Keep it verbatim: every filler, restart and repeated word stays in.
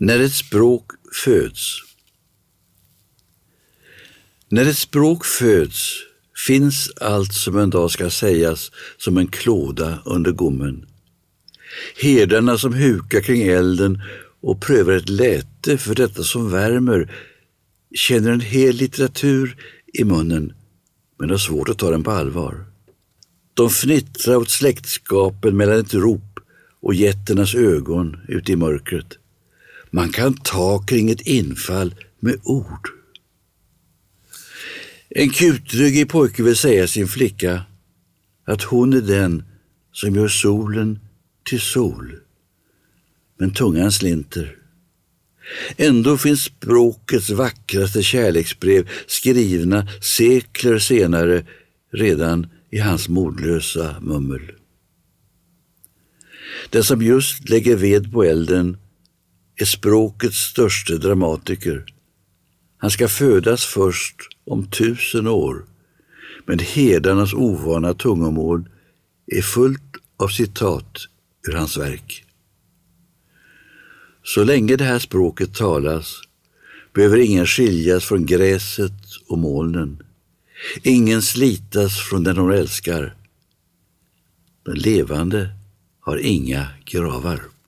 När ett språk föds. När ett språk föds finns allt som en dag ska sägas som en klåda under gommen. Herdarna som hukar kring elden och prövar ett läte för detta som värmer känner en hel litteratur i munnen men har svårt att ta den på allvar. De fnittrar åt släktskapen mellan ett rop och getternas ögon ute i mörkret. Man kan ta kring ett infall med ord. En kutryggig pojke vill säga sin flicka att hon är den som gör solen till sol. Men tungan slinter. Ändå finns språkets vackraste kärleksbrev skrivna sekler senare redan i hans modlösa mummel. Den som just lägger ved på elden är språkets största dramatiker. Han ska födas först om tusen år, men herdarnas ovana tungomål är fullt av citat ur hans verk. Så länge det här språket talas behöver ingen skiljas från gräset och molnen. Ingen slitas från den hon älskar. Den levande har inga gravar.